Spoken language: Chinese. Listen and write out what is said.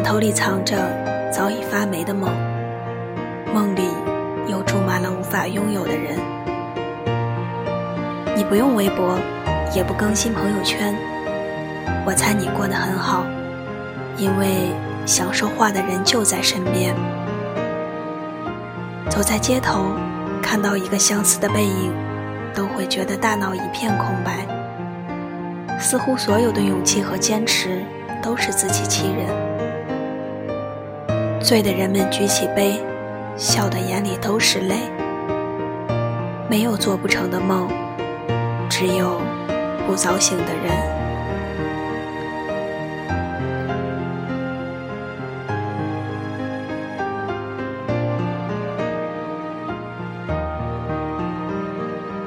头里藏着早已发霉的梦，梦里又住满了无法拥有的人。你不用微博，也不更新朋友圈，我猜你过得很好，因为想说话的人就在身边。走在街头，看到一个相似的背影，都会觉得大脑一片空白，似乎所有的勇气和坚持都是自欺欺人。醉的人们举起杯，笑的眼里都是泪。没有做不成的梦，只有不早醒的人。